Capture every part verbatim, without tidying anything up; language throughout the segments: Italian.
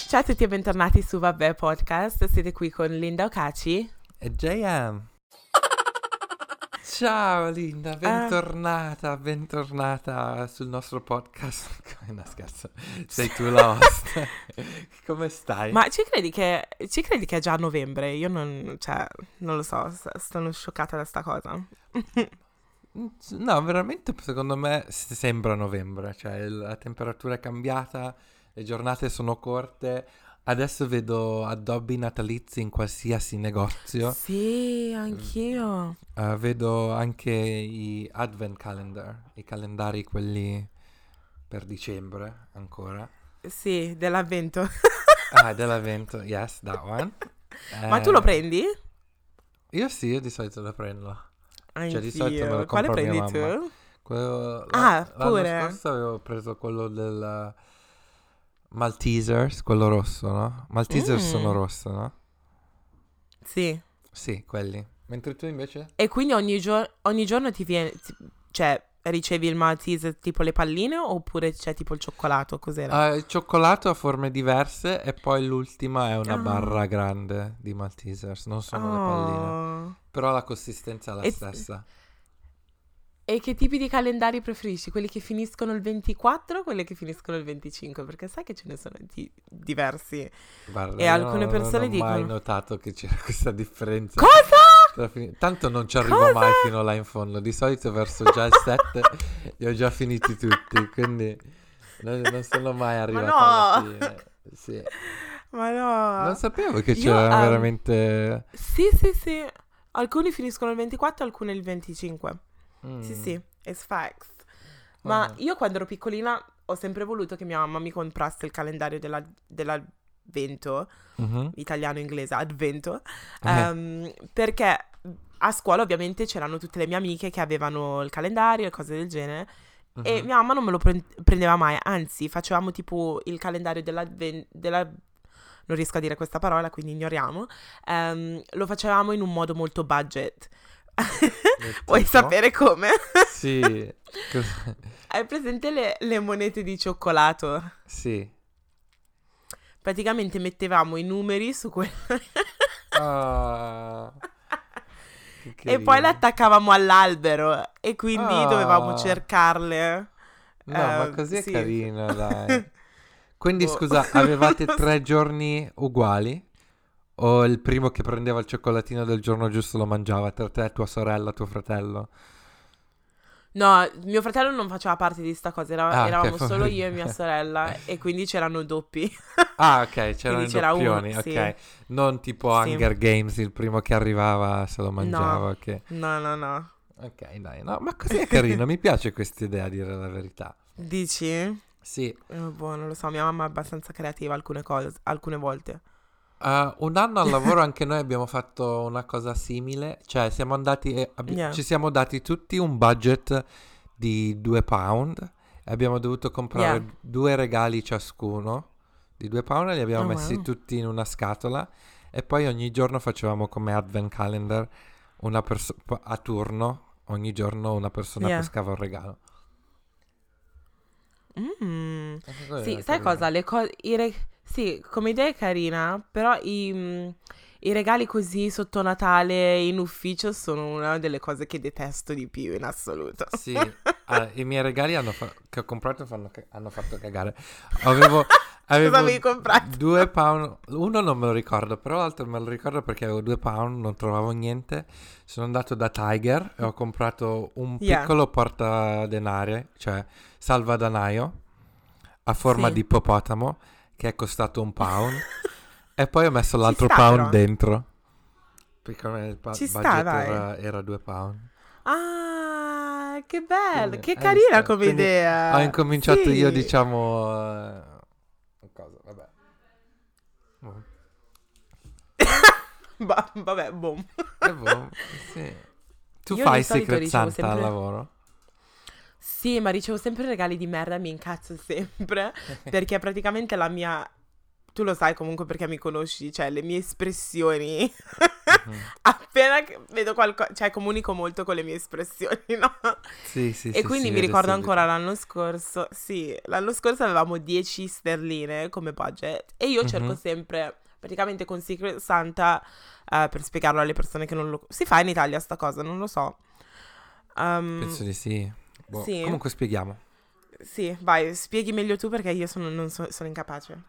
Ciao a tutti e bentornati su Vabbè Podcast, siete qui con Linda Ocaci e J M. Ciao Linda, bentornata, uh, bentornata sul nostro podcast. No, scherzo, sei tu la host. Come stai? Ma ci credi che ci credi che è già novembre? Io non, cioè, non lo so, sono scioccata da sta cosa. No, veramente secondo me sembra novembre, cioè la temperatura è cambiata, le giornate sono corte. Adesso vedo addobbi natalizi in qualsiasi negozio. Sì, anch'io. Uh, vedo anche i advent calendar, i calendari quelli per dicembre ancora. Sì, dell'avvento. Ah, dell'avvento, yes, that one. Ma eh, tu lo prendi? Io sì, io di solito lo prendo. Anch'io. Cioè di solito me lo Quale compra prendi mia mamma. tu? Quello, ah, l'anno pure? L'anno scorso avevo preso quello del Maltesers, quello rosso, no? Maltesers mm. sono rosso, no? Sì. Sì, quelli. Mentre tu invece? E quindi ogni, gio- ogni giorno ti viene, ti- cioè ricevi il Malteser tipo le palline oppure c'è tipo il cioccolato, cos'era? Uh, il cioccolato ha forme diverse e poi l'ultima è una oh. barra grande di Maltesers, non sono oh. le palline, però la consistenza è la e stessa. E che tipi di calendari preferisci? Quelli che finiscono il ventiquattro o quelli che finiscono il venticinque? Perché sai che ce ne sono di- diversi. Guarda, e alcune non, persone non dicono... Non ho mai notato che c'era questa differenza. Cosa? Tanto non ci arrivo Cosa? mai fino là in fondo. Di solito verso già il sette li ho già finiti tutti, quindi non, non sono mai arrivato Ma no! alla fine. Sì. Ma no! Non sapevo che c'era Io, um, veramente... Sì, sì, sì. Alcuni finiscono il ventiquattro, alcuni il venticinque. Mm. Sì, sì, it's facts. Ma uh-huh. io quando ero piccolina ho sempre voluto che mia mamma mi comprasse il calendario della, dell'avvento, uh-huh. italiano-inglese, advento, uh-huh. um, perché a scuola ovviamente c'erano tutte le mie amiche che avevano il calendario e cose del genere, uh-huh. e mia mamma non me lo pre- prendeva mai, anzi facevamo tipo il calendario dell'avvento, della... non riesco a dire questa parola, quindi ignoriamo, um, lo facevamo in un modo molto budget. Vuoi sapere come? Sì. Hai presente le, le monete di cioccolato? Sì. Praticamente mettevamo i numeri su quelle oh, e poi le attaccavamo all'albero e quindi oh. dovevamo cercarle. No, uh, ma così è sì. carino, dai. Quindi boh. scusa, avevate tre giorni uguali? O il primo che prendeva il cioccolatino del giorno giusto lo mangiava? Per te, tua sorella, tuo fratello? No, mio fratello non faceva parte di sta cosa, era, ah, eravamo okay, solo io e mia sorella e quindi c'erano doppi. Ah, ok, c'erano i c'era doppioni, uno, ok. Sì. Non tipo sì. Hunger Games, il primo che arrivava se lo mangiava, no. ok. No, no, no. Ok, dai, no, ma così è carino, mi piace questa idea, a dire la verità. Dici? Sì. Oh, boh, non lo so, mia mamma è abbastanza creativa alcune cose, alcune volte. Uh, un anno al lavoro anche noi abbiamo fatto una cosa simile, cioè siamo andati e abbi- yeah. ci siamo dati tutti un budget di due pound e abbiamo dovuto comprare yeah. due regali ciascuno di due pound e li abbiamo oh, messi wow. tutti in una scatola e poi ogni giorno facevamo come advent calendar una perso- a turno, ogni giorno una persona yeah. pescava un regalo. Mm. Sì, sai cosa? Le co- i re- sì, come idea è carina, però i, mh, i regali così sotto Natale in ufficio sono una delle cose che detesto di più in assoluto. Sì, ah, i miei regali hanno fa- che ho comprato fanno ca- hanno fatto cagare. Avevo, avevo Cosa avevi comprato? due pound, uno non me lo ricordo, però l'altro me lo ricordo perché avevo due pound, non trovavo niente. Sono andato da Tiger e ho comprato un yeah. piccolo portadenari, cioè salvadanaio, a forma sì. di ippopotamo, che è costato un pound. E poi ho messo l'altro sta, pound però. dentro. Perché il pa- Ci budget sta, era, era due pound. Ah, che bello, Quindi, che hai carina visto? come Quindi idea. ho incominciato sì. io, diciamo, uh, cosa, vabbè. Oh. ba- vabbè, boom. E boh, sì. Tu Io fai di solito Secret ricevo Santa sempre... al lavoro? Sì, ma ricevo sempre regali di merda, mi incazzo sempre, perché praticamente la mia tu lo sai comunque perché mi conosci, cioè le mie espressioni, mm-hmm. appena vedo qualcosa, cioè comunico molto con le mie espressioni, no? Sì, sì, e sì, quindi sì, mi ricordo adesso ancora vedo. l'anno scorso, sì, l'anno scorso avevamo dieci sterline come budget e io cerco Mhm. sempre, praticamente con Secret Santa, eh, per spiegarlo alle persone che non lo... Si fa in Italia sta cosa, non lo so. Um, Penso di sì. Boh, sì, comunque spieghiamo. sì, vai, spieghi meglio tu perché io sono, non so- sono incapace.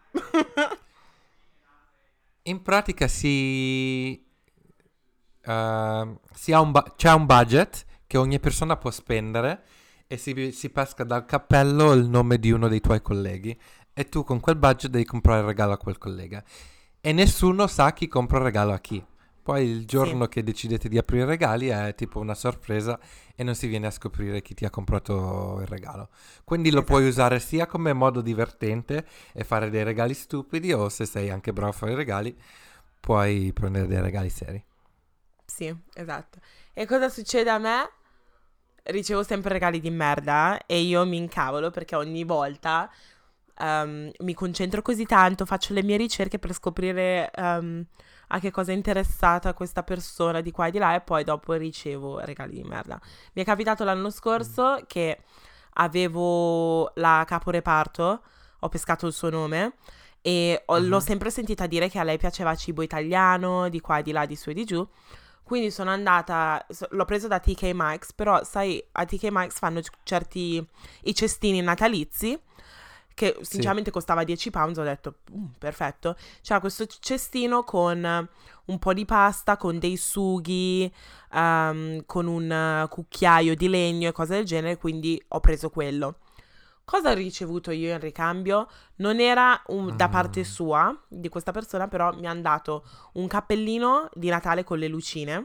In pratica si, uh, si ha un bu- c'è un budget che ogni persona può spendere e si, si pesca dal cappello il nome di uno dei tuoi colleghi e tu con quel budget devi comprare il regalo a quel collega e nessuno sa chi compra il regalo a chi. Poi il giorno Sì. che decidete di aprire i regali è tipo una sorpresa e non si viene a scoprire chi ti ha comprato il regalo. Quindi lo Esatto. puoi usare sia come modo divertente e fare dei regali stupidi, o se sei anche bravo a fare i regali puoi prendere dei regali seri. Sì, esatto. E cosa succede a me? Ricevo sempre regali di merda e io mi incavolo perché ogni volta um, mi concentro così tanto, faccio le mie ricerche per scoprire um, a che cosa è interessata questa persona di qua e di là e poi dopo ricevo regali di merda. Mi è capitato l'anno scorso mm. che avevo la caporeparto, ho pescato il suo nome e ho, uh-huh. l'ho sempre sentita dire che a lei piaceva cibo italiano, di qua e di là, di su e di giù. Quindi sono andata, l'ho preso da T K Maxx, però sai, a T K Maxx fanno certi, i cestini natalizi, che sinceramente sì. costava dieci pounds, ho detto, mm, perfetto. C'era questo cestino con un po' di pasta, con dei sughi, um, con un cucchiaio di legno e cose del genere, quindi ho preso quello. Cosa ho ricevuto io in ricambio? Non era un, da parte sua, di questa persona, però mi hanno dato un cappellino di Natale con le lucine.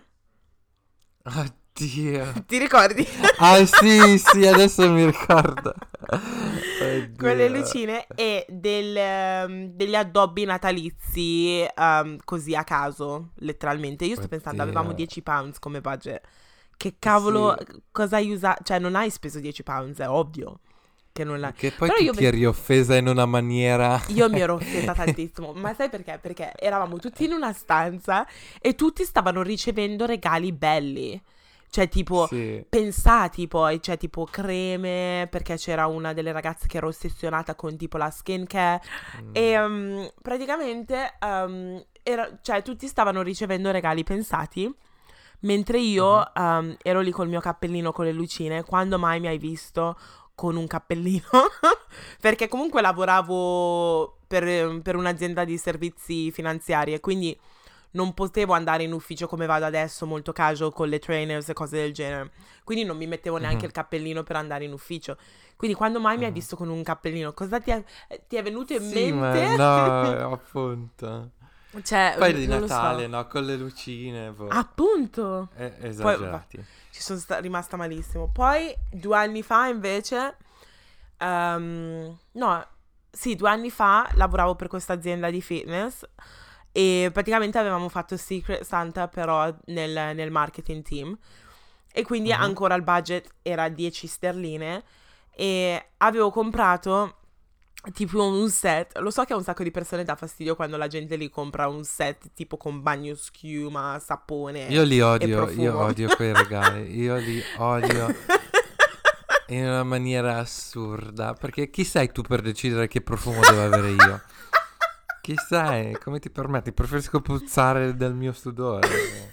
Oddio. Ti ricordi? Ah sì, sì, adesso mi ricordo. Con le lucine e del, um, degli addobbi natalizi um, così a caso, letteralmente. Io sto Oddio. pensando, avevamo dieci pounds come budget. Che cavolo, sì. cosa hai usato? Cioè non hai speso dieci pounds, è ovvio. Che, non la... che poi Però tu io ti ve... eri offesa in una maniera. Io mi ero offesa tantissimo. Ma sai perché? Perché eravamo tutti in una stanza e tutti stavano ricevendo regali belli. Cioè tipo sì. pensati poi, cioè tipo creme, perché c'era una delle ragazze che era ossessionata con tipo la skincare mm. e um, praticamente um, era, cioè tutti stavano ricevendo regali pensati. Mentre io uh-huh. um, ero lì col mio cappellino con le lucine. Quando mai mi hai visto con un cappellino? Perché comunque lavoravo per, per un'azienda di servizi finanziari e quindi non potevo andare in ufficio come vado adesso, molto casual, con le trainers e cose del genere. Quindi non mi mettevo neanche uh-huh. il cappellino per andare in ufficio. Quindi quando mai uh-huh. mi hai visto con un cappellino? Cosa ti è, ti è venuto in sì, mente? Ma no, appunto. Cioè, poi di non Natale, so. no? Con le lucine. Boh. Appunto. Eh, esagerati. Poi, ci sono sta- rimasta malissimo. Poi, due anni fa, invece... Um, no, sì, due anni fa lavoravo per questa azienda di fitness e praticamente avevamo fatto Secret Santa però nel, nel marketing team e quindi uh-huh. ancora il budget era dieci sterline e avevo comprato tipo un set. Lo so che a un sacco di persone dà fastidio quando la gente li compra un set tipo con bagno schiuma, sapone. Io li odio, e io odio quei regali, io li odio in una maniera assurda, perché chi sei tu per decidere che profumo devo avere io? Chi sei? Come ti permetti? Preferisco puzzare del mio sudore.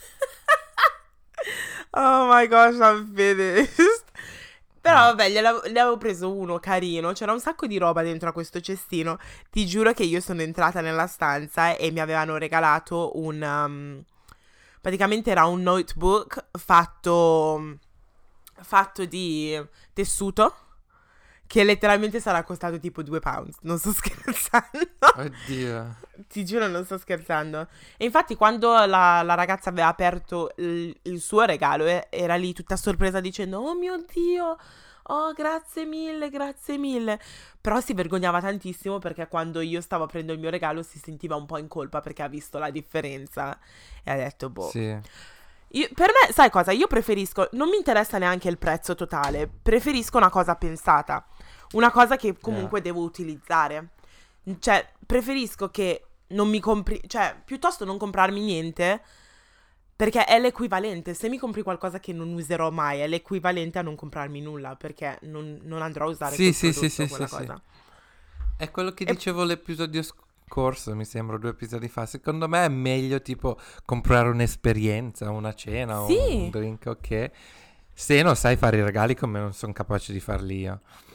Oh my gosh, I'm finished. Però vabbè, ne avevo preso uno carino. C'era un sacco di roba dentro a questo cestino. Ti giuro che io sono entrata nella stanza e mi avevano regalato un... Um, praticamente era un notebook fatto... fatto di tessuto. Che letteralmente sarà costato tipo due pounds. Non sto scherzando. Oddio. Ti giuro, non sto scherzando. E infatti quando la, la ragazza aveva aperto il, il suo regalo eh, era lì tutta sorpresa dicendo oh mio Dio, oh grazie mille, grazie mille. Però si vergognava tantissimo perché quando io stavo aprendo il mio regalo si sentiva un po' in colpa perché ha visto la differenza. E ha detto boh. Sì. Io, per me, sai cosa? Io preferisco, non mi interessa neanche il prezzo totale, preferisco una cosa pensata, una cosa che comunque yeah. devo utilizzare. Cioè, preferisco che non mi compri... Cioè, piuttosto non comprarmi niente, perché è l'equivalente. Se mi compri qualcosa che non userò mai, è l'equivalente a non comprarmi nulla, perché non, non andrò a usare Sì, quel sì, prodotto sì, o sì, quella sì, cosa. sì. È quello che E- dicevo l'episodio scorso, mi sembra, due episodi fa. Secondo me è meglio tipo comprare un'esperienza, una cena, un Sì. drink, ok? Se non sai fare i regali come non sono capace di farli io,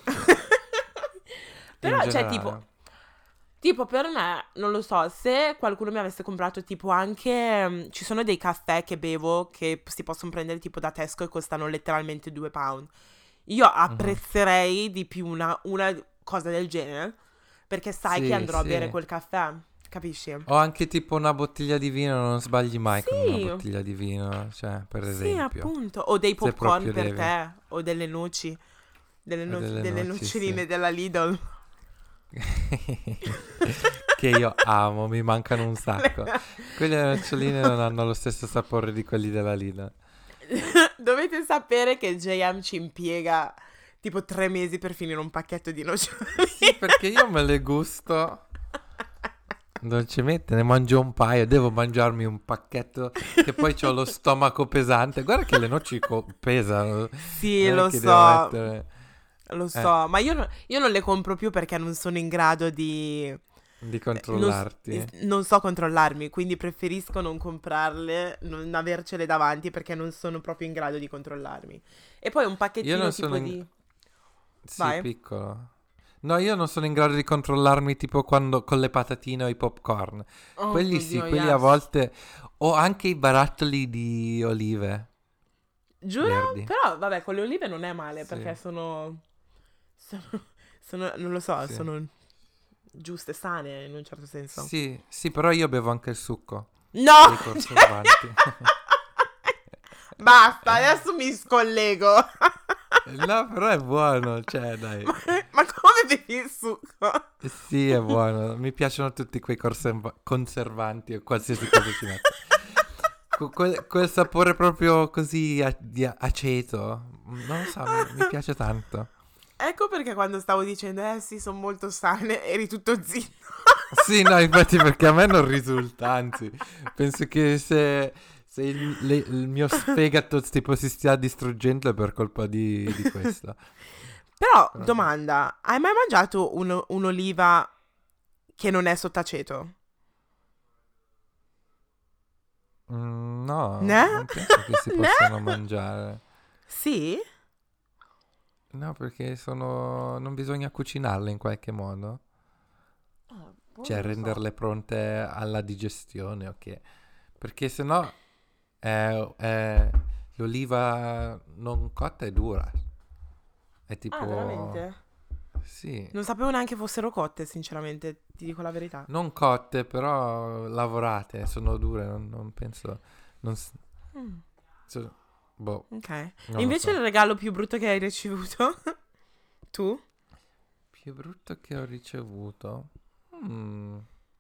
in Però, cioè, tipo... generale. Tipo, per me, non lo so, se qualcuno mi avesse comprato tipo anche... mm, ci sono dei caffè che bevo che si possono prendere tipo da Tesco e costano letteralmente due pound. Io Mhm. apprezzerei di più una, una cosa del genere, perché sai che Sì, andrò a bere sì. quel caffè, capisci? O anche tipo una bottiglia di vino, non sbagli mai con una Sì, bottiglia di vino, cioè, per sì, esempio. appunto. O dei Se popcorn proprio per devi. te, o delle noci, delle, O no- delle delle noci, sì. noccioline della Lidl. Che io amo, mi mancano un sacco. Quelle noccioline non hanno lo stesso sapore di quelli della Lidl. Dovete sapere che J M ci impiega tipo tre mesi per finire un pacchetto di nocciole. Sì, perché io me le gusto dolcemente, ne mangio un paio, devo mangiarmi un pacchetto che poi ho lo stomaco pesante. Guarda che le noci co- pesano, Sì, non è lo che devo so, mettere... lo Eh, so, ma io, no- io non le compro più perché non sono in grado di... di eh, Non, s- controllarti. non so controllarmi, quindi preferisco non comprarle, non avercele davanti perché non sono proprio in grado di controllarmi. E poi un Io pacchettino non sono tipo in... di... Sì, Vai. piccolo. No, io non sono in grado di controllarmi tipo quando con le patatine o i popcorn. Oh Quelli mio sì, Dio, quelli a yes. volte... O anche i barattoli di olive Giuro? verdi. Però, vabbè, con le olive non è male perché Sì, sono... sono, sono- non lo so, sì. sono giuste, sane in un certo senso. Sì, sì, però io bevo anche il succo No! dei conservanti. Basta, adesso mi scollego. No, però è buono, cioè, dai. ma, ma come bevi il succo? Sì, è buono. Mi piacciono tutti quei conserva- conservanti o qualsiasi cosa ci metto. Que- quel, quel sapore proprio così a- di a- aceto. Non lo so, mi, mi piace tanto. Ecco perché quando stavo dicendo, eh sì, sono molto sane, eri tutto zitto. Sì, no, infatti perché a me non risulta, anzi, penso che se, se il, le- il mio fegato tipo si stia distruggendo è per colpa di, di questo. Però, Però sì. domanda, hai mai mangiato un- un'oliva che non è sottaceto? Mm, no, Ne? non penso che si Ne? possano mangiare. Sì? No, perché sono... non bisogna cucinarle in qualche modo. Ah, boh, Cioè non lo so. renderle pronte alla digestione, ok? Perché sennò è, è- l'oliva non cotta è dura. È Ah, tipo... veramente? Sì, Non sapevo neanche fossero cotte, sinceramente, ti dico la verità. non cotte, però lavorate, sono dure, non, non penso... Non, s- Mm, so- boh, ok. E non lo invece so. il regalo più brutto che hai ricevuto? Tu? Più brutto che ho ricevuto? Mm,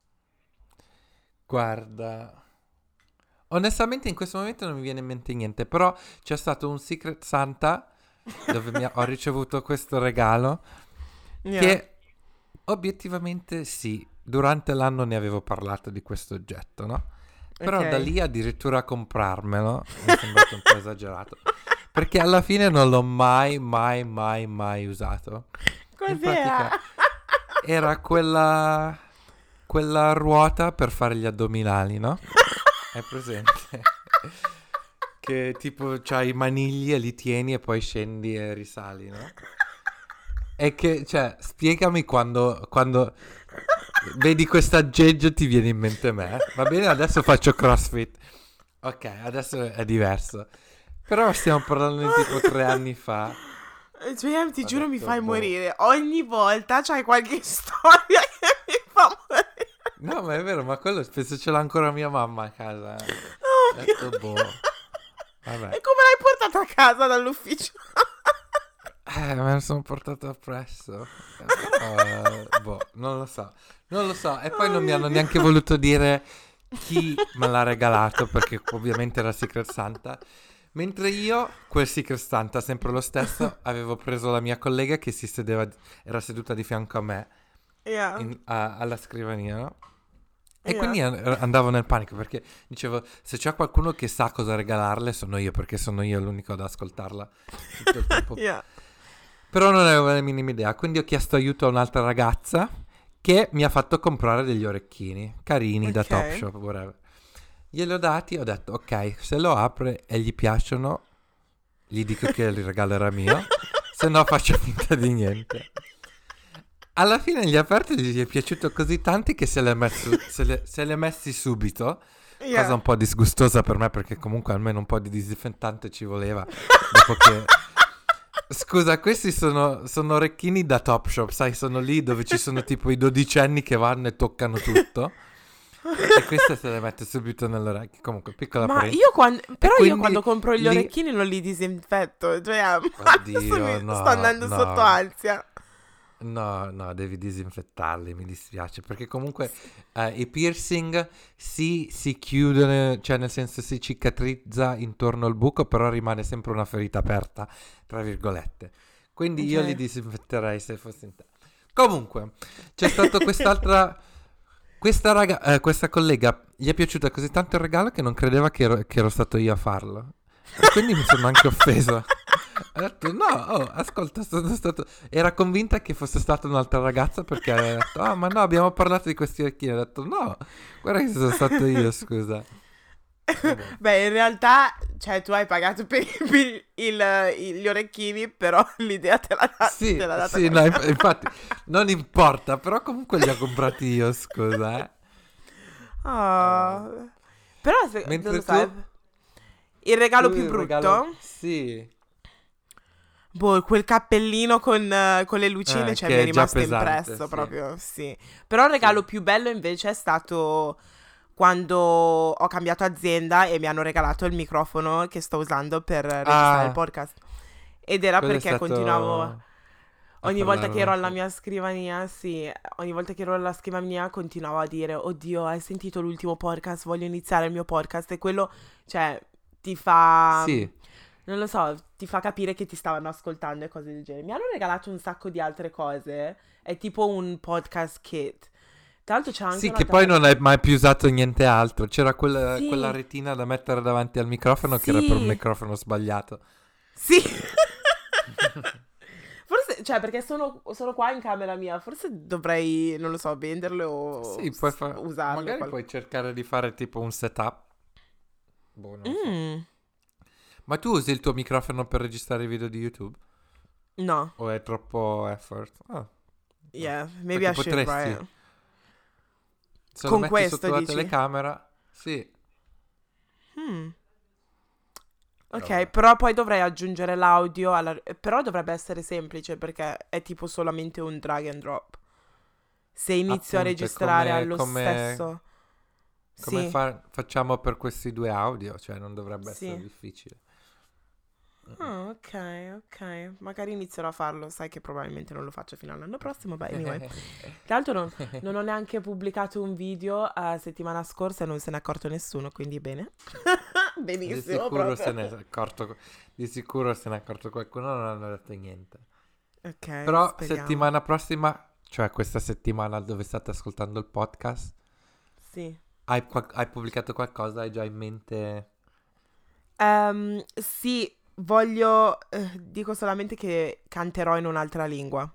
guarda... Onestamente in questo momento non mi viene in mente niente, però c'è stato un Secret Santa dove mi ha- ho ricevuto questo regalo Yeah. che obiettivamente sì, durante l'anno ne avevo parlato di questo oggetto, no? Però da Ok. lì addirittura a comprarmelo mi è sembrato un po' esagerato, perché alla fine non l'ho mai, mai, mai, mai usato. In Cos'era? pratica era quella, quella ruota per fare gli addominali, no? Hai presente? Che tipo c'hai i manigli e li tieni e poi scendi e risali, no? E che, cioè, spiegami quando, quando vedi questo aggeggio ti viene in mente me. Va bene, adesso faccio CrossFit. Ok, adesso è diverso. Però stiamo parlando di tipo tre anni fa. Cioè, ti Ho giuro mi detto, fai boh. morire. Ogni volta c'hai qualche storia che mi fa morire. No, ma è vero, ma quello penso ce l'ha ancora mia mamma a casa. Ho Oh detto, mio boh, Dio. vabbè. E come l'hai portata a casa dall'ufficio? Eh, me lo sono portato appresso. Eh, Però, eh, boh, non lo so. Non lo so. E poi Oh non mi mio hanno Dio. neanche voluto dire chi me l'ha regalato, perché ovviamente era Secret Santa. Mentre io, quel Secret Santa, sempre lo stesso, avevo preso la mia collega che si sedeva, era seduta di fianco a me. Yeah. in- a- alla scrivania, no? E Yeah. quindi an- andavo nel panico perché dicevo, se c'è qualcuno che sa cosa regalarle sono io, perché sono io l'unico ad ascoltarla tutto il tempo. Yeah. Però non avevo la minima idea, quindi ho chiesto aiuto a un'altra ragazza che mi ha fatto comprare degli orecchini carini da Ok. Topshop, whatever. Glieli ho dati, ho detto ok, se lo apre e gli piacciono, gli dico che il regalo era mio, se no faccio finta di niente. Alla fine gli ha aperto e gli è piaciuto così tanti che se li ha messo- se le- se li ha messi subito, Yeah. cosa un po' disgustosa per me perché comunque almeno un po' di disinfettante ci voleva, dopo che... Scusa, questi sono, sono orecchini da Topshop, sai, sono lì dove ci sono tipo i dodicenni che vanno e toccano tutto. E questa se le mette subito nell'orecchio. Comunque, piccola Ma parentesi. io quando, però io quindi quando compro gli lì- orecchini non li disinfetto, cioè Oddio, adesso mi no, sto andando no. sotto ansia. No, no, devi disinfettarli, mi dispiace, perché comunque eh, i piercing si, si chiudono, cioè nel senso si cicatrizza intorno al buco, però rimane sempre una ferita aperta, tra virgolette. Quindi io Ok. li disinfetterei se fossi in te. Comunque, c'è stato quest'altra, questa raga, eh, questa collega, gli è piaciuto così tanto il regalo che non credeva che ero, che ero stato io a farlo. E quindi mi sono anche offeso. Ha detto no, oh, ascolta, sono stato... Era convinta che fosse stata un'altra ragazza perché ha detto, ah ma no, abbiamo parlato di questi orecchini. Ha detto no, guarda che sono stato io, scusa. Vabbè. Beh, in realtà, cioè, tu hai pagato per, per il- il- gli orecchini, però l'idea te l'ha, da- Sì, te l'ha data sì, no, qualcun inf- infatti, non importa, però comunque li ho comprati io, scusa, eh. Ah. Però, se, non Mentre lo tu... so, il regalo tu più il brutto, regalo- Sì. boh, quel cappellino con, eh, con le lucine, Eh, cioè, che mi è è già rimasto pesante, impresso sì. proprio, sì. Però il regalo Sì. più bello invece è stato quando ho cambiato azienda e mi hanno regalato il microfono che sto usando per registrare Ah. il podcast. Ed era Quello è perché stato continuavo... a Ogni volta parlare che ero un alla po'. mia scrivania, sì, ogni volta che ero alla scrivania continuavo a dire, oddio, hai sentito l'ultimo podcast? Voglio iniziare il mio podcast. E quello, cioè, ti fa, Sì. non lo so, ti fa capire che ti stavano ascoltando e cose del genere. Mi hanno regalato un sacco di altre cose, è tipo un podcast kit. Tra l'altro c'è anche Sì, che un'altra poi cosa- non hai mai più usato niente altro. C'era quella, Sì. quella retina da mettere davanti al microfono che era per un Sì. microfono sbagliato. Sì. Forse, cioè, perché sono, sono qua in camera mia, forse dovrei, non lo so, venderle o Sì, puoi s- fare. usarle. Magari qual- puoi cercare di fare tipo un setup. Boh, non lo so. Mm, Ma tu usi il tuo microfono per registrare i video di YouTube? no, O è troppo effort? Ah, yeah, maybe I perché should potresti. try it. Se Con lo metti questo, sotto la dici? telecamera, sì. Hmm. Ok, Vabbè. però poi dovrei aggiungere l'audio alla... Però dovrebbe essere semplice perché è tipo solamente un drag and drop. Se inizio a Appunto, è registrare come- allo come- stesso... Come Sì. fa- facciamo per questi due audio? Cioè, non dovrebbe Sì. essere difficile. Ah, ok, ok. Magari inizierò a farlo. Sai che probabilmente non lo faccio fino all'anno prossimo. Beh, anyway. Tra l'altro non, non ho neanche pubblicato un video la settimana scorsa e non se n'è accorto nessuno, quindi bene. Di Benissimo, sicuro proprio. se ne è accorto, di sicuro se ne è accorto qualcuno, non hanno detto niente. Ok, Però speriamo. settimana prossima, cioè questa settimana dove state ascoltando il podcast, Sì. hai, qua- hai pubblicato qualcosa? Hai già in mente? Ehm, sì, voglio... eh, dico solamente che canterò in un'altra lingua.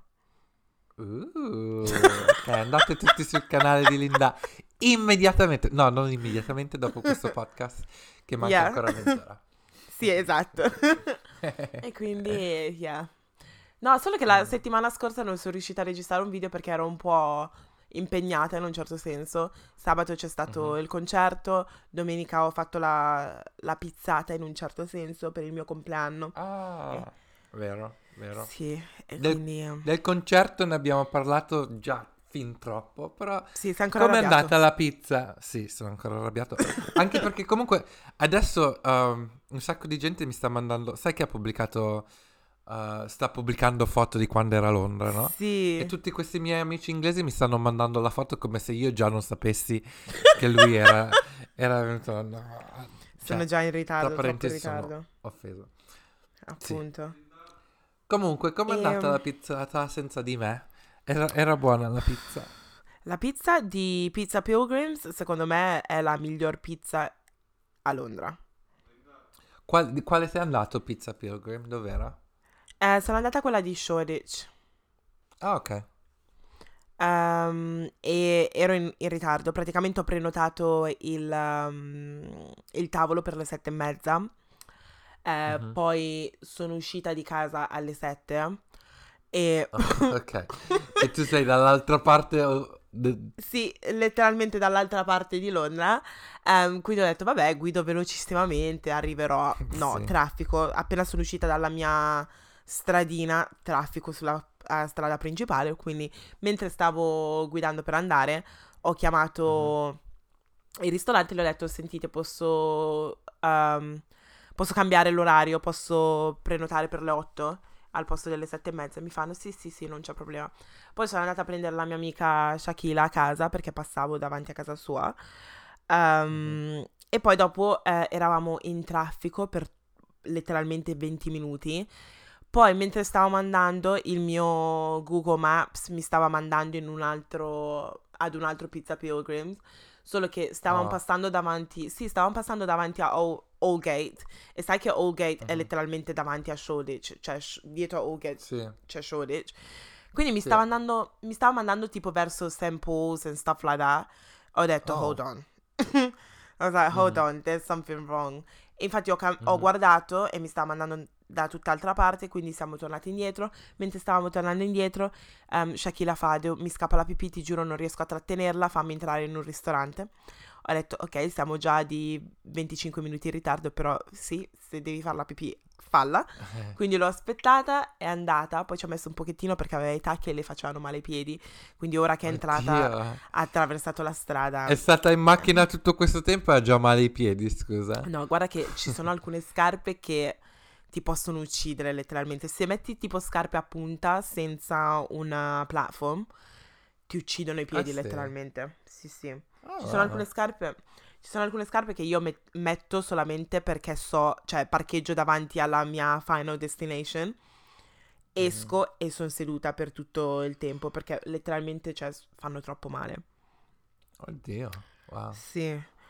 Uh, ok, andate tutti sul canale di Linda immediatamente. No, non immediatamente dopo questo podcast, che manca Yeah. ancora mezz'ora. Sì, esatto. E quindi, yeah. No, solo che la settimana scorsa non sono riuscita a registrare un video perché ero un po' impegnata in un certo senso. Sabato c'è stato Mhm. il concerto, domenica ho fatto la, la pizzata in un certo senso per il mio compleanno. Ah, vero, vero. Sì, e Del- quindi... eh, Del concerto ne abbiamo parlato già fin troppo, però Sì, sei ancora come è arrabbiato? andata la pizza? Sì, sono ancora arrabbiato. Anche perché comunque adesso um, un sacco di gente mi sta mandando, sai che ha pubblicato, uh, sta pubblicando foto di quando era a Londra, no? Sì. E tutti questi miei amici inglesi mi stanno mandando la foto come se io già non sapessi che lui era, era venuto. No, Sono cioè, già in ritardo, tra troppo in parentesi sono ritardo. offeso. Appunto. Comunque, com'è andata Ehm. la pizzata senza di me? Era, era buona la pizza. La pizza di Pizza Pilgrims, secondo me, è la miglior pizza a Londra. Qual- di quale sei andato, Pizza Pilgrim? Dov'era? Eh, sono andata a quella di Shoreditch. Ah, ok. Ehm, e ero in, in ritardo. Praticamente ho prenotato il, um, il tavolo per le sette e mezza. Eh, Mhm. poi sono uscita di casa alle sette. E Ok. E tu sei dall'altra parte... o- de- sì, letteralmente dall'altra parte di Londra. Ehm, quindi ho detto, vabbè, guido velocissimamente, arriverò. No, Sì. traffico. Appena sono uscita dalla mia stradina, traffico sulla eh, strada principale. Quindi mentre stavo guidando per andare, ho Mhm. chiamato il ristorante e le ho detto, sentite, posso, ehm, posso cambiare l'orario, posso prenotare per le otto al posto delle sette e mezza. Mi fanno, sì, sì, sì, non c'è problema. Poi sono andata a prendere la mia amica Shakila a casa perché passavo davanti a casa sua. Mhm. Ehm, e poi dopo eh, eravamo in traffico per letteralmente venti minuti. Poi mentre stavo mandando il mio Google Maps mi stava mandando in un altro ad un altro Pizza Pilgrims, solo che stavamo Ah. passando davanti, sì, stavamo passando davanti a Ol- Aldgate e sai che Aldgate è Mhm. letteralmente davanti a Shoreditch, cioè sh- dietro a Aldgate Sì. c'è Shoreditch. Quindi mi Sì. stava andando mi stava mandando tipo verso Saint Paul's and stuff like that. Ho detto hold Oh. on. I was like, hold Mhm. on, there's something wrong. E infatti ho, cam- ho Mhm. guardato e mi stava mandando da tutt'altra parte, quindi siamo tornati indietro. Mentre stavamo tornando indietro, um, Shakila fa, "Devo- mi scappa la pipì, ti giuro non riesco a trattenerla, fammi entrare in un ristorante. Ho detto, ok, siamo già di venticinque minuti in ritardo, però sì, se devi fare la pipì, falla. Quindi l'ho aspettata, è andata, poi ci ho messo un pochettino perché aveva i tacchi e le facevano male i piedi. Quindi ora che è entrata Oddio. ha attraversato la strada. È stata in macchina tutto questo tempo e ha già male i piedi, scusa. No, guarda che ci sono alcune scarpe che ti possono uccidere letteralmente. Se metti tipo scarpe a punta senza una platform, ti uccidono i Ah, piedi sì. letteralmente. Sì, sì. Ah, Ci sono alcune wow. scarpe, ci sono alcune scarpe che io met- metto solamente perché so, cioè parcheggio davanti alla mia final destination. Mhm. Esco e sono seduta per tutto il tempo perché letteralmente, cioè, s- fanno troppo male. Oddio. Wow. Sì.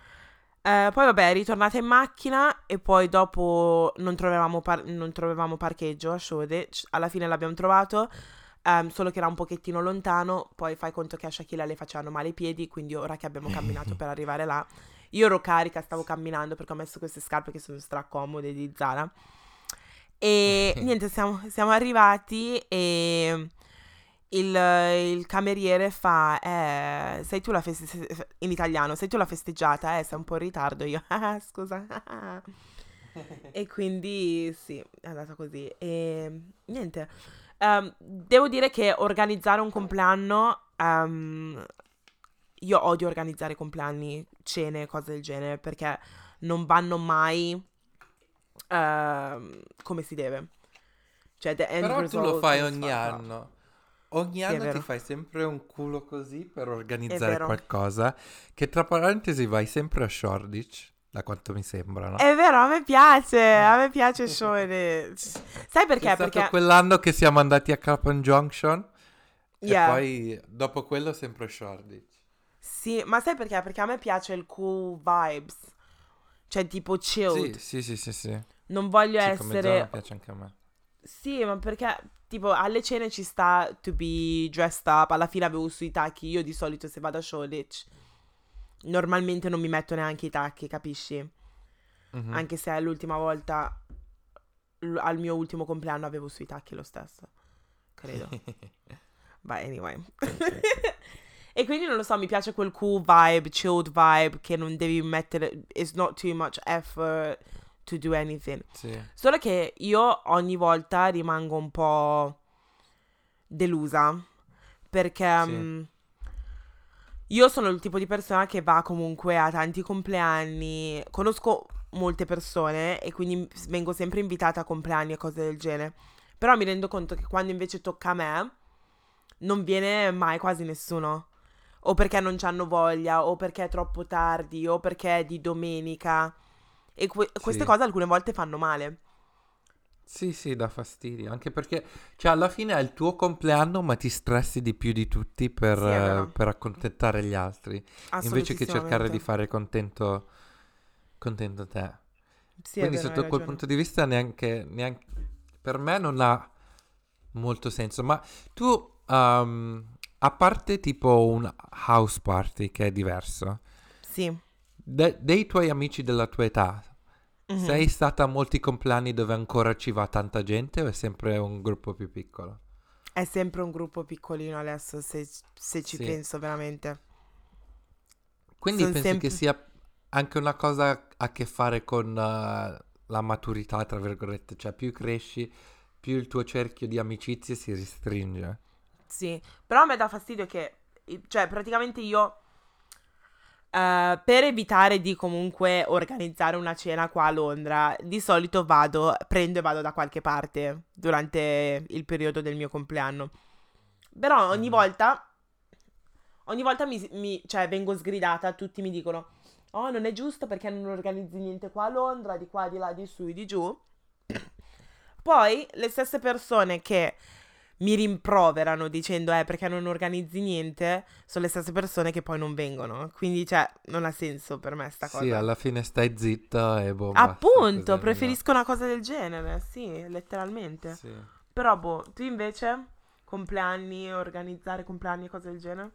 Eh, poi vabbè, ritornata in macchina e poi dopo non trovavamo, par- non trovavamo parcheggio a Shoreditch. Alla fine l'abbiamo trovato, ehm, solo che era un pochettino lontano. Poi fai conto che a Shakila le facevano male i piedi, quindi ora che abbiamo camminato per arrivare là, io ero carica, stavo camminando perché ho messo queste scarpe che sono stracomode di Zara. E niente, siamo, siamo arrivati e il, il cameriere fa, eh, sei tu la festeggiata, in italiano, sei tu la festeggiata, eh, sei un po' in ritardo, io, ah, scusa. E quindi sì, è andata così. E niente, ehm, devo dire che organizzare un compleanno, ehm, io odio organizzare compleanni, cene, cose del genere, perché non vanno mai ehm, come si deve. Cioè, the end Però tu lo result fai was ogni fucked up. anno. Ogni Sì, è anno ti vero, fai sempre un culo così per è organizzare vero. qualcosa. Che tra parentesi vai sempre a Shoreditch, da quanto mi sembra, no? È vero, a me piace, a me piace Shoreditch. Sai C'è perché? stato Perché, quell'anno che siamo andati a Clapham Junction e yeah, poi dopo quello sempre Shoreditch. sì, ma sai perché? Perché a me piace il cool vibes, cioè tipo Sì, chilled. sì, sì, sì, sì. Non voglio Sì, come zona essere, piace anche a me. sì, ma perché tipo alle cene ci sta to be dressed up, alla fine avevo sui tacchi, io di solito se vado a Shoreditch normalmente non mi metto neanche i tacchi, capisci? Mhm. Anche se l'ultima volta, l- al mio ultimo compleanno avevo sui tacchi lo stesso, credo. But anyway. Ok. E quindi non lo so, mi piace quel cool vibe, chilled vibe, che non devi mettere, it's not too much effort to do anything. Sì, Solo che io ogni volta rimango un po' delusa, perché sì, mm, io sono il tipo di persona che va comunque a tanti compleanni, conosco molte persone e quindi vengo sempre invitata a compleanni e cose del genere. Però mi rendo conto che quando invece tocca a me, non viene mai quasi nessuno. O perché non c'hanno voglia, o perché è troppo tardi, o perché è di domenica. E que- queste sì, cose alcune volte fanno male. Sì, sì, dà fastidio, anche perché, cioè, alla fine è il tuo compleanno, ma ti stressi di più di tutti per, Sì, è eh, vero. per accontentare gli altri, invece che cercare di Assolutissimamente. fare contento, contento te. Sì, è Quindi vero, hai sotto quel ragione. punto di vista neanche, neanche per me non ha molto senso. Ma tu, um, a parte tipo un house party che è diverso, Sì. de- dei tuoi amici della tua età, Mhm. sei stata a molti compleanni dove ancora ci va tanta gente o è sempre un gruppo più piccolo? È sempre un gruppo piccolino adesso, se, se ci Sì. penso veramente. Quindi Sono penso che sempre... sia anche una cosa a che fare con uh, la maturità, tra virgolette, cioè più cresci, più il tuo cerchio di amicizie si restringe. Sì, però a me dà fastidio che, cioè, praticamente io, eh, per evitare di comunque organizzare una cena qua a Londra, di solito vado, prendo e vado da qualche parte durante il periodo del mio compleanno. Però ogni Mhm. volta, ogni volta mi, mi- cioè, vengo sgridata, tutti mi dicono, oh, non è giusto perché non organizzi niente qua a Londra, di qua, di là, di su, di giù. Poi le stesse persone che mi rimproverano dicendo eh perché non organizzi niente, sono le stesse persone che poi non vengono. Quindi cioè non ha senso per me sta Sì, cosa. alla fine stai zitta e boh, basta, così Appunto, almeno. preferisco una cosa del genere, sì, letteralmente. Sì. Però boh, tu invece compleanni, organizzare compleanni e cose del genere?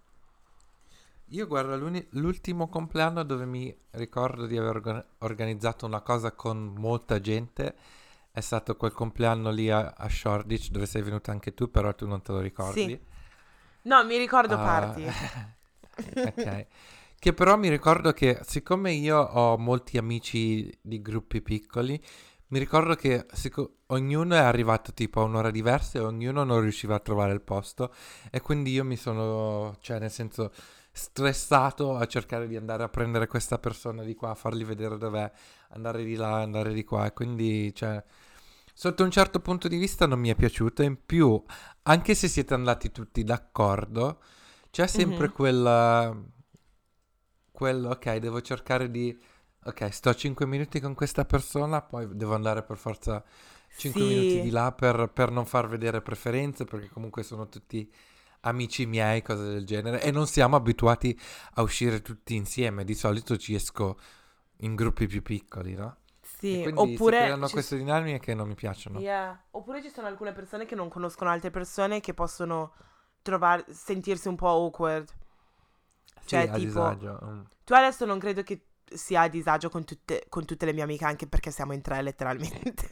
Io guarda, l'uni- l'ultimo compleanno dove mi ricordo di aver orga- organizzato una cosa con molta gente è stato quel compleanno lì a, a Shoreditch dove sei venuta anche tu, però tu non te lo Sì. ricordi. No, mi ricordo Ah, party. ok. Che però mi ricordo che siccome io ho molti amici di gruppi piccoli, mi ricordo che sic- ognuno è arrivato tipo a un'ora diversa e ognuno non riusciva a trovare il posto e quindi io mi sono, cioè nel senso, stressato a cercare di andare a prendere questa persona di qua, fargli vedere dov'è, andare di là, andare di qua e quindi, cioè, sotto un certo punto di vista non mi è piaciuto. In più, anche se siete andati tutti d'accordo, c'è sempre Mhm. quella, quello, ok, devo cercare di, ok, sto cinque minuti con questa persona, poi devo andare per forza cinque minuti di Sì, là per, per non far vedere preferenze, perché comunque sono tutti amici miei, cose del genere, e non siamo abituati a uscire tutti insieme. Di solito ci esco in gruppi più piccoli, no? E sì. quindi si Oppure creano ci, queste dinamiche che non mi piacciono. yeah. Oppure ci sono alcune persone che non conoscono altre persone che possono trovare, sentirsi un po' awkward. Sì, Cioè, a tipo, disagio. mm. tu adesso non credo che sia a disagio con tutte, con tutte le mie amiche, anche perché siamo in tre letteralmente.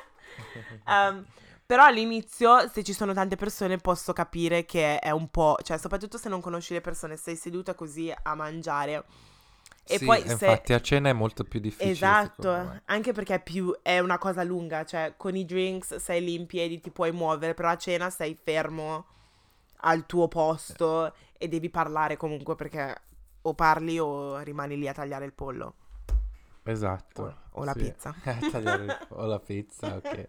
Ehm, però all'inizio, se ci sono tante persone, posso capire che è un po', cioè, soprattutto se non conosci le persone, sei seduta così a mangiare. E Sì, poi e se... infatti a cena è molto più difficile secondo Esatto, me. anche perché è più, è una cosa lunga, cioè con i drinks sei lì in piedi, ti puoi muovere, però a cena sei fermo al tuo posto e devi parlare comunque perché o parli o rimani lì a tagliare il pollo o, Esatto, o la sì. pizza. Tagliare il po' la pizza, ok.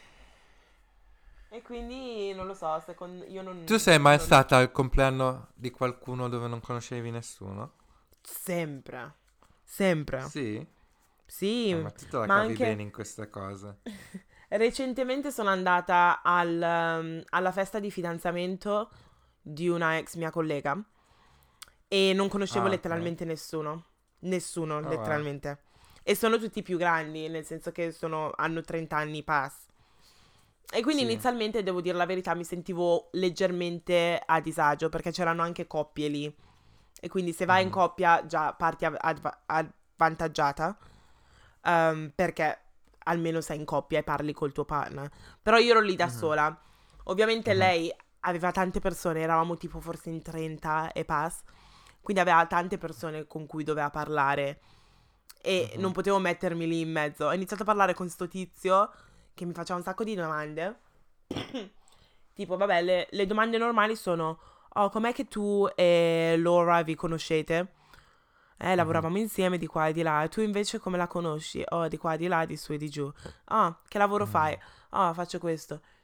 E quindi non lo so, secondo io Tu non, sei mai non- stata al compleanno di qualcuno dove non conoscevi nessuno? sempre, sempre. Sì? Sì, Eh, ma tu te la ma cavi anche bene in queste cose. recentemente sono andata al, um, alla festa di fidanzamento di una ex mia collega e non conoscevo Ah, ok. letteralmente nessuno. Nessuno, Oh, wow. letteralmente. E sono tutti più grandi, nel senso che sono, hanno trenta anni pass. E quindi Sì. inizialmente, devo dire la verità, mi sentivo leggermente a disagio perché c'erano anche coppie lì. E quindi se vai in Mhm, coppia già parti av- adva- avvantaggiata, ehm, perché almeno sei in coppia e parli col tuo partner. Però io ero lì da mhm, sola. Ovviamente mhm, lei aveva tante persone, eravamo tipo forse in trenta e pass, quindi aveva tante persone con cui doveva parlare e non mhm, potevo mettermi lì in mezzo. Ho iniziato a parlare con sto tizio che mi faceva un sacco di domande. Tipo, vabbè, le, le domande normali sono: oh, com'è che tu e Laura vi conoscete? Eh, mhm, lavoravamo insieme di qua e di là. E tu invece come la conosci? Oh, di qua, di là, di su e di giù. Ah, che lavoro fai? mhm. Ah, faccio questo.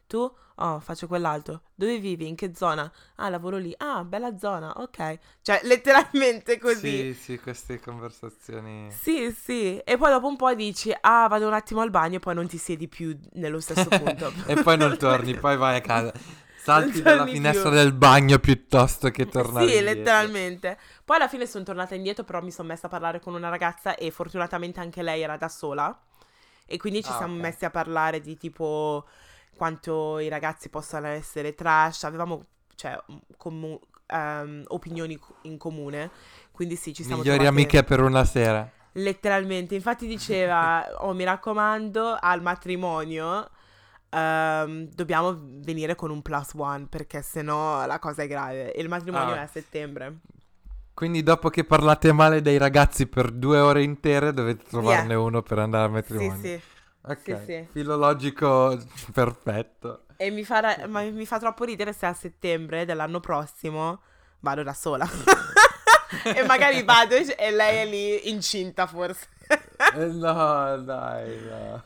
Tu? Oh, faccio quell'altro. Dove vivi? In che zona? Ah, lavoro lì. Ah, bella zona, ok. Cioè, letteralmente così. Sì, sì, queste conversazioni. Sì, sì. E poi dopo un po' dici, ah, vado un attimo al bagno e poi non ti siedi più nello stesso punto. E poi non torni, poi vai a casa. Salti Non dalla torni finestra più. del bagno piuttosto che tornare Sì, indietro. letteralmente. Poi alla fine sono tornata indietro, però mi sono messa a parlare con una ragazza e fortunatamente anche lei era da sola. E quindi ci Ah, siamo ok. messi a parlare di tipo quanto i ragazzi possano essere trash. Avevamo, cioè, comu- ehm, opinioni co- in comune. Quindi sì, ci siamo Migliori trovate amiche per una sera. letteralmente. Infatti diceva, oh mi raccomando, al matrimonio ehm, dobbiamo venire con un plus one perché sennò la cosa è grave. E il matrimonio è Ah, a settembre. quindi dopo che parlate male dei ragazzi per due ore intere dovete Yeah. trovarne uno per andare al Sì, matrimonio. sì. Ok, Sì, sì. filologico perfetto. E mi fa, ra- ma mi fa troppo ridere se a settembre dell'anno prossimo vado da sola. E magari vado e e lei è lì incinta forse. Eh, no, dai, no.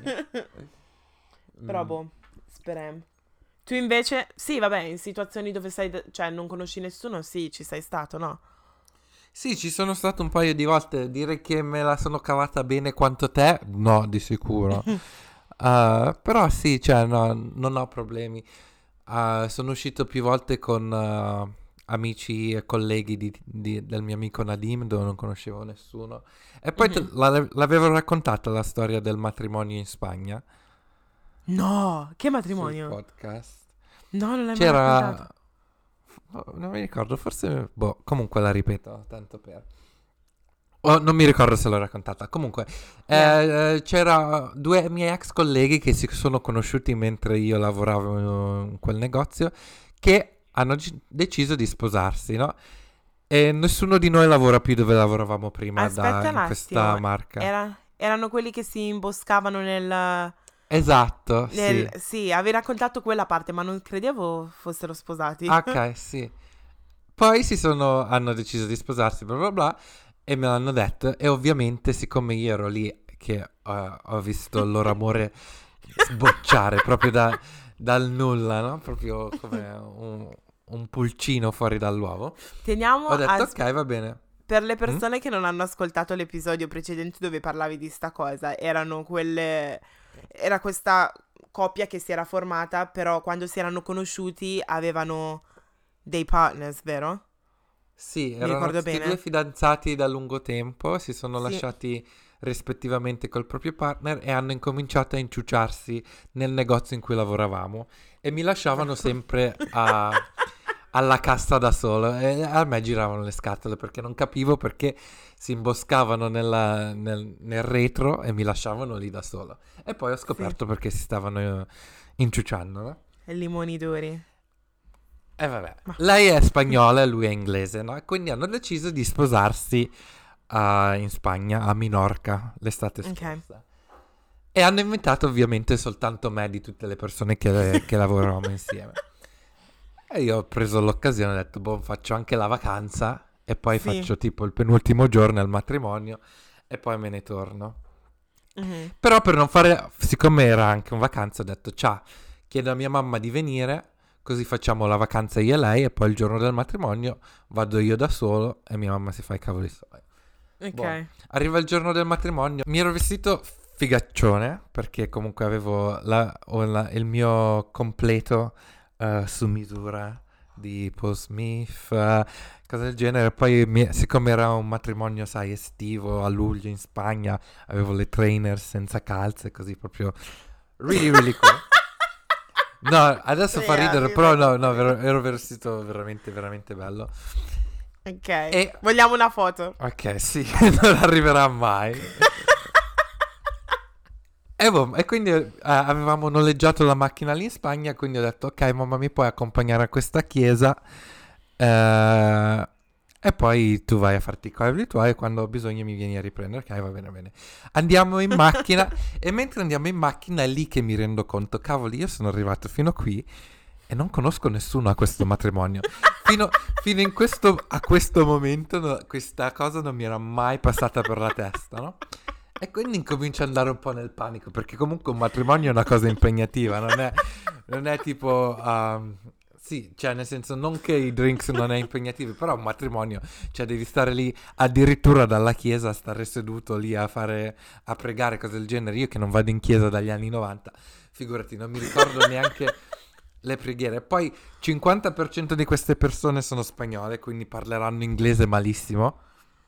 Però Mm. boh, speriamo. Tu invece, sì, vabbè, in situazioni dove sei, d- cioè non conosci nessuno, sì, ci sei stato, no? Sì, ci sono stato un paio di volte. Dire che me la sono cavata bene quanto te, no, di sicuro. Uh, però sì, cioè, no, non ho problemi. Uh, sono uscito più volte con uh, amici e colleghi di- di- del mio amico Nadim, dove non conoscevo nessuno. E poi te- Mhm. la- l'avevo raccontata la storia del matrimonio in Spagna No, che sul matrimonio? podcast. No, non l'hai mai C'era... raccontato. oh, non mi ricordo, forse... Boh, comunque la ripeto, tanto per... Oh, non mi ricordo se l'ho raccontata. Comunque, Yeah. eh, c'era due miei ex colleghi che si sono conosciuti mentre io lavoravo in quel negozio, che hanno gi- deciso di sposarsi, no? E nessuno di noi lavora più dove lavoravamo prima da, Aspetta un in questa attimo, marca. era- erano quelli che si imboscavano nel, Esatto, nel... sì. Sì, avevi raccontato quella parte, ma non credevo fossero sposati. Ok, sì. Poi si sono, hanno deciso di sposarsi, bla bla bla, e me l'hanno detto. E ovviamente, siccome io ero lì che eh, ho visto il loro amore sbocciare proprio da- dal nulla, no? Proprio come un, un pulcino fuori dall'uovo, Teniamo ho detto a... ok, va bene. Per le Mm? persone che non hanno ascoltato l'episodio precedente dove parlavi di sta cosa, erano quelle... Era questa coppia che si era formata, però quando si erano conosciuti avevano dei partners, vero? Sì, Mi erano ricordo tutti e due bene? fidanzati da lungo tempo, si sono Sì. lasciati rispettivamente col proprio partner e hanno incominciato a inciuciarsi nel negozio in cui lavoravamo e mi lasciavano sempre a- alla cassa da solo e a me giravano le scatole perché non capivo perché si imboscavano nella- nel, nel retro e mi lasciavano lì da solo. E poi ho Sì, scoperto perché si stavano eh, inciuciando, no? limoni duri. E vabbè, Ma... lei è spagnola e lui è inglese, no? E quindi hanno deciso di sposarsi ah, in Spagna, a Minorca, l'estate Ok. scorsa. E hanno invitato ovviamente soltanto me di tutte le persone che, che lavoravamo insieme. E io ho preso l'occasione e ho detto, boh, faccio anche la vacanza e poi Sì. faccio tipo il penultimo giorno al matrimonio e poi me ne torno. Mhm. Però per non fare, siccome era anche un vacanza, ho detto, ciao, chiedo a mia mamma di venire, così facciamo la vacanza io e lei e poi il giorno del matrimonio vado io da solo e mia mamma si fa i cavoli suoi. Ok. Boh, arriva il giorno del matrimonio, mi ero vestito figaccione perché comunque avevo la- ho la- il mio completo eh, su misura di Paul Smith, eh, cose del genere. Poi mi- siccome era un matrimonio, sai, estivo a luglio in Spagna, avevo le trainer senza calze, così proprio really really cool. No, adesso fa Yeah, ridere, mi però fa no, troppo no, vero- ridere. ero vestito veramente veramente bello. Ok. E Vogliamo una foto? ok, sì, non arriverà mai. E, boh, e quindi eh, avevamo noleggiato la macchina lì in Spagna, quindi ho detto ok mamma mi puoi accompagnare a questa chiesa eh, e poi tu vai a farti i cavoli tuoi e quando ho bisogno mi vieni a riprendere, ok va bene bene. Andiamo in macchina e mentre andiamo in macchina è lì che mi rendo conto, cavoli io sono arrivato fino qui e non conosco nessuno a questo matrimonio. Fino, fino in questo, a questo momento no, questa cosa non mi era mai passata per la testa, no? E quindi incomincio ad andare un po' nel panico, perché comunque un matrimonio è una cosa impegnativa, non è, non è tipo... um, sì, cioè nel senso non che i drinks non è impegnativo, però un matrimonio, cioè devi stare lì addirittura dalla chiesa, stare seduto lì a fare, a pregare, cose del genere. Io che non vado in chiesa dagli anni novanta, figurati, non mi ricordo neanche le preghiere. Poi cinquanta per cento di queste persone sono spagnole, quindi parleranno inglese malissimo.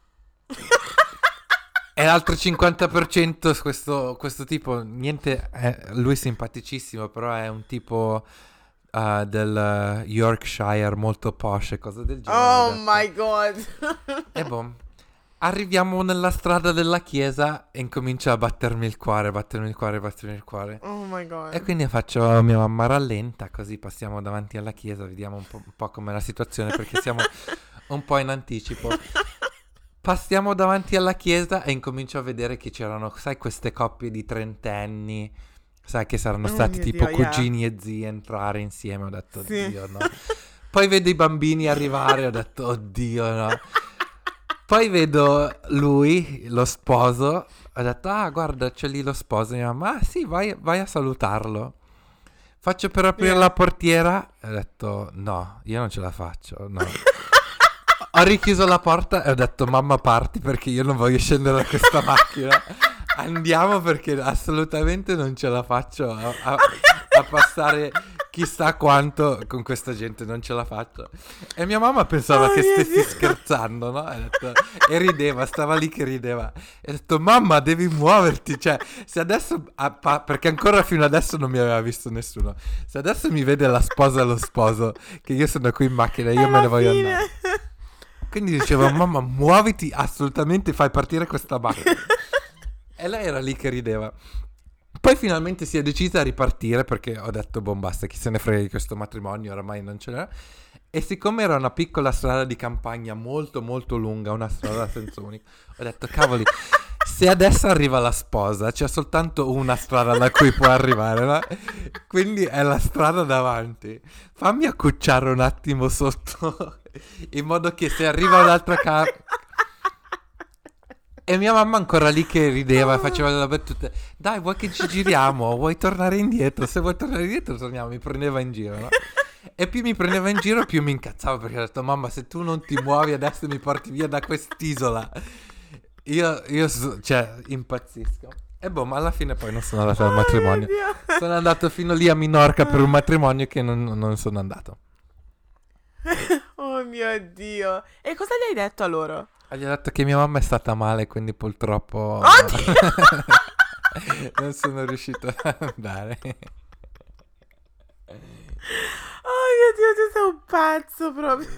E l'altro cinquanta per cento questo, questo tipo, niente, è, lui è simpaticissimo, però è un tipo uh, del Yorkshire molto posh e cose del genere. Oh my god. E boh, arriviamo nella strada della chiesa e incomincia a battermi il cuore, battermi il cuore, battermi il cuore. Oh my god. E quindi faccio mia mamma rallenta, così passiamo davanti alla chiesa, vediamo un po', un po' com'è la situazione, perché siamo un po' in anticipo. Passiamo davanti alla chiesa e incomincio a vedere che c'erano, sai, queste coppie di trentenni, sai, che saranno Oh stati mio tipo Dio, cugini e zii entrare insieme. Ho detto, Sì. oddio, no. Poi vedo i bambini arrivare, ho detto, oddio, no. Poi vedo lui, lo sposo, ho detto, ah, guarda, c'è lì lo sposo. Mia mamma, ah, sì, vai, vai a salutarlo. Faccio per aprire Yeah. la portiera e ho detto, no, io non ce la faccio, no. Ho richiuso la porta e ho detto, mamma, parti perché io non voglio scendere da questa macchina. Andiamo perché assolutamente non ce la faccio a, a, a passare chissà quanto con questa gente, non ce la faccio. E mia mamma pensava Oh che mio stessi Dio. scherzando, no? E, detto, e rideva, stava lì che rideva. E ho detto, mamma, devi muoverti, cioè, se adesso, a, pa- perché ancora fino adesso non mi aveva visto nessuno, se adesso mi vede la sposa e lo sposo, che io sono qui in macchina, io me Alla ne voglio fine. andare. Quindi dicevo, mamma, muoviti, assolutamente, fai partire questa macchina. E lei era lì che rideva. Poi finalmente si è decisa a ripartire perché ho detto, boh, basta, chi se ne frega di questo matrimonio, oramai non ce n'è. E siccome era una piccola strada di campagna molto molto lunga, una strada a senso unico, ho detto, cavoli, se adesso arriva la sposa, c'è soltanto una strada da cui può arrivare, no? Quindi è la strada davanti. Fammi accucciare un attimo sotto, in modo che se arriva un'altra casa... E mia mamma ancora lì che rideva e faceva delle battute. Dai, vuoi che ci giriamo? Vuoi tornare indietro? Se vuoi tornare indietro torniamo. Mi prendeva in giro, no? E più mi prendeva in giro più mi incazzavo perché ho detto, mamma, se tu non ti muovi adesso mi porti via da quest'isola. Io, io cioè, impazzisco. E boh, ma alla fine poi non sono andato al Oh matrimonio. mio Dio. Sono andato fino lì a Minorca per un matrimonio che non, non sono andato. Oh mio Dio. E cosa gli hai detto a loro? Gli ho detto che mia mamma è stata male, quindi purtroppo Oddio. non sono riuscito ad andare. Oh mio Dio, tu sei un pazzo proprio.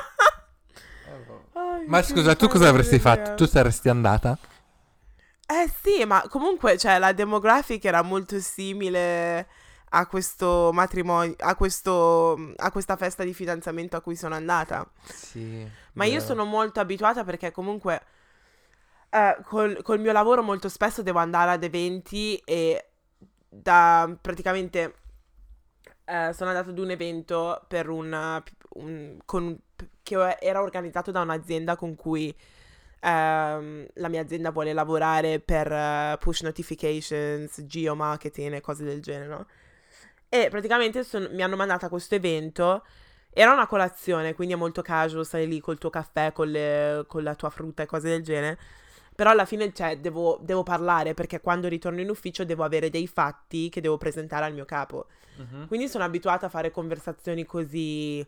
Oh, Ma che scusa, tu cosa fai avresti vedere? fatto? Tu saresti andata? Eh sì, ma comunque, cioè, la demografica era molto simile a questo matrimonio, a questo, a questa festa di fidanzamento a cui sono andata. Sì. Ma io sono molto abituata perché comunque eh, col, col mio lavoro molto spesso devo andare ad eventi e da praticamente eh, sono andata ad un evento per un, un- con- che era organizzato da un'azienda con cui ehm, la mia azienda vuole lavorare per eh, push notifications, geomarketing e cose del genere, no? E praticamente son- mi hanno mandato a questo evento. Era una colazione, quindi è molto casual, stai lì col tuo caffè, con, le- con la tua frutta e cose del genere. Però alla fine, cioè, devo, devo parlare perché quando ritorno in ufficio devo avere dei fatti che devo presentare al mio capo. Mhm. Quindi sono abituata a fare conversazioni così,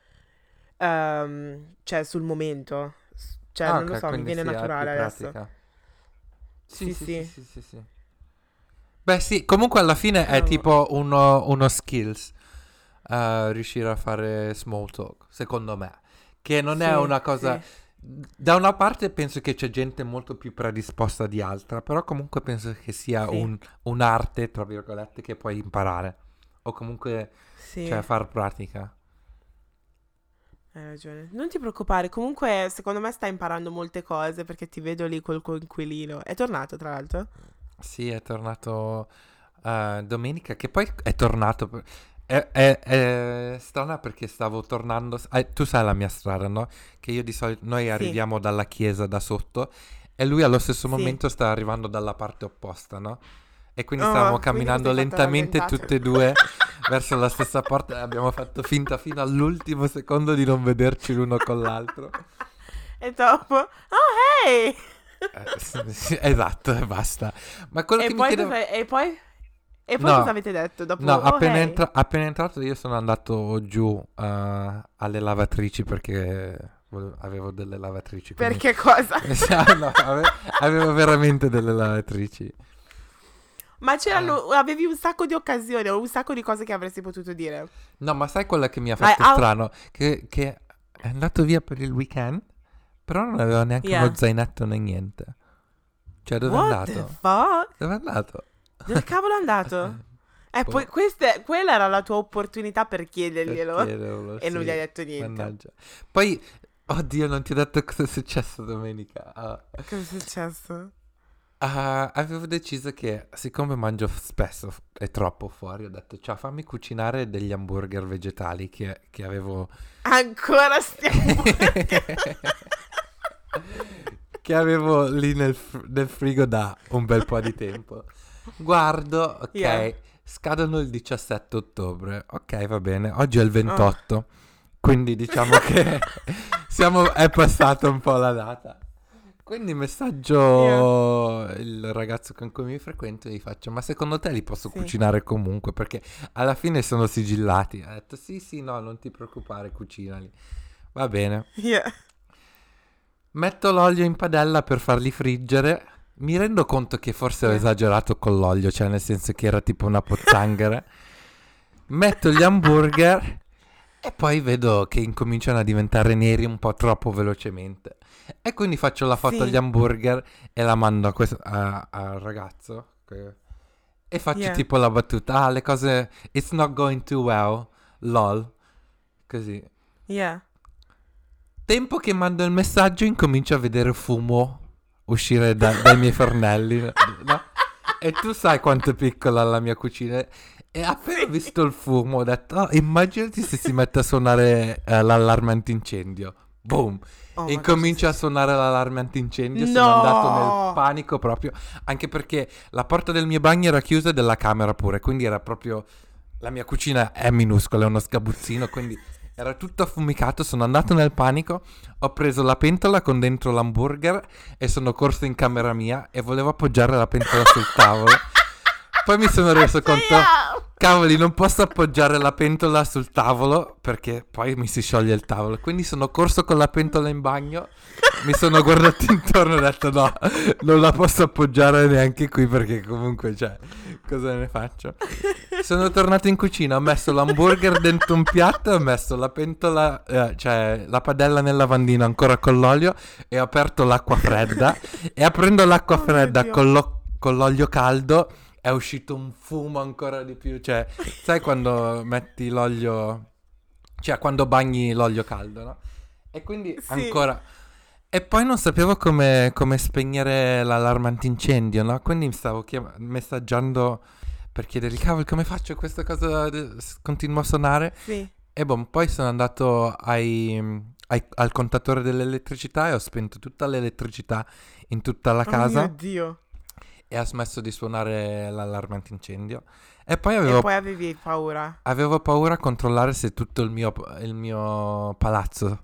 ehm, cioè, sul momento. S- Cioè, Ah, non lo ok, so, mi quindi viene sì, è naturale più adesso. pratica. Sì, Sì, sì, sì, sì. sì, sì, sì. Beh, sì, comunque alla fine è Però, tipo uno, uno skills eh, riuscire a fare small talk, secondo me. Che non è sì, una cosa... sì, Da una parte penso che c'è gente molto più predisposta di altra, però comunque penso che sia sì, un- un'arte, tra virgolette, che puoi imparare. O comunque, sì. cioè, far pratica. Hai ragione. Non ti preoccupare, comunque secondo me stai imparando molte cose perché ti vedo lì col coinquilino. È tornato, tra l'altro? Sì, è tornato eh, domenica, che poi è tornato. per- È, è- è strana perché stavo tornando. eh, tu sai la mia strada, no? Che io di solito noi Sì. arriviamo dalla chiesa da sotto e lui allo stesso Sì. momento sta arrivando dalla parte opposta, no? E quindi Oh, stavamo quindi camminando vi siete fatto lentamente rallentare. tutte e due verso la stessa porta e abbiamo fatto finta fino all'ultimo secondo di non vederci l'uno con l'altro. E dopo, oh hey! Eh, sì, sì, esatto, e basta. Ma quello E che mi poi, chiedevo... cosa, e poi, e poi No, cosa avete detto dopo? no, Oh appena, hey! entra- appena entrato io sono andato giù eh, alle lavatrici perché volevo- avevo delle lavatrici. Quindi... Perché cosa? No, ave- avevo veramente delle lavatrici. Ma c'erano, Eh. avevi un sacco di occasioni, un sacco di cose che avresti potuto dire. No, ma sai quello che mi ha Ma fatto ah, strano? Che, che è andato via per il weekend, però non aveva neanche yeah. uno zainetto né niente. Cioè, dove è What the andato? fuck? Dove è andato? Dove cavolo è andato? E Boh. poi questa, quella era la tua opportunità per Per chiederglielo. chiederlo, E non sì. gli hai detto niente. Mannaggia. Poi, oddio, non ti ho detto cosa è successo domenica. Ah, Cosa è successo? ah, avevo deciso che, siccome mangio f- spesso f- e troppo fuori, ho detto, ciao, fammi cucinare degli hamburger vegetali che, che avevo... Ancora stiamo... che avevo lì nel, fr- nel frigo da un bel po' di tempo. Guardo, ok, Yeah. scadono il diciassette ottobre. Ok, va bene. Oggi è il ventotto. Quindi diciamo che siamo, è passata un po' la data. Quindi messaggio il ragazzo con cui mi frequento e gli faccio, ma secondo te li posso Sì. cucinare comunque? Perché alla fine sono sigillati. Ha detto sì, sì, no, non ti preoccupare, cucinali. Va bene. Yeah. Metto l'olio in padella per farli friggere. Mi rendo conto che forse ho Yeah. esagerato con l'olio, cioè nel senso che era tipo una pozzanghera. Metto gli hamburger e poi vedo che incominciano a diventare neri un po' troppo velocemente. E quindi faccio la foto Sì. agli hamburger e la mando a questo- a- al ragazzo. che- E faccio Yeah. tipo la battuta, ah, le cose, it's not going too well, lol. Così. Yeah. Tempo che mando il messaggio incomincio a vedere fumo uscire da- dai miei fornelli, no? E tu sai quanto è piccola la mia cucina. E appena ho visto il fumo ho detto, "Oh, immaginati se si mette a suonare eh, l'allarme antincendio. Boom. Oh E my incomincia a God, suonare l'allarme antincendio. No! Sono andato nel panico proprio. Anche perché la porta del mio bagno era chiusa e della camera pure. Quindi era proprio... La mia cucina è minuscola, è uno sgabuzzino. Quindi era tutto affumicato. Sono andato nel panico. Ho preso la pentola con dentro l'hamburger e sono corso in camera mia e volevo appoggiare la pentola sul tavolo. Poi mi sono reso conto, Yeah. cavoli, non posso appoggiare la pentola sul tavolo perché poi mi si scioglie il tavolo. Quindi sono corso con la pentola in bagno, mi sono guardato intorno e ho detto no, non la posso appoggiare neanche qui perché comunque, cioè, cosa ne faccio? Sono tornato in cucina, ho messo l'hamburger dentro un piatto, ho messo la pentola, eh, cioè la padella nel lavandino ancora con l'olio e ho aperto l'acqua fredda e aprendo l'acqua Oh mio fredda Dio. con, lo- con l'olio caldo è uscito un fumo ancora di più, cioè, sai quando metti l'olio, cioè quando bagni l'olio caldo, no? E quindi Sì. ancora... E poi non sapevo come, come spegnere l'allarme antincendio, no? Quindi mi stavo chiam- messaggiando per chiedergli, cavolo, come faccio questa cosa, de- s- continua a suonare? Sì. E boh, poi sono andato ai, ai- al contatore dell'elettricità e ho spento tutta l'elettricità in tutta la Oh casa mio Dio. e ha smesso di suonare l'allarme antincendio. E poi E avevo, poi avevi paura. avevo paura a controllare se tutto il mio, il mio palazzo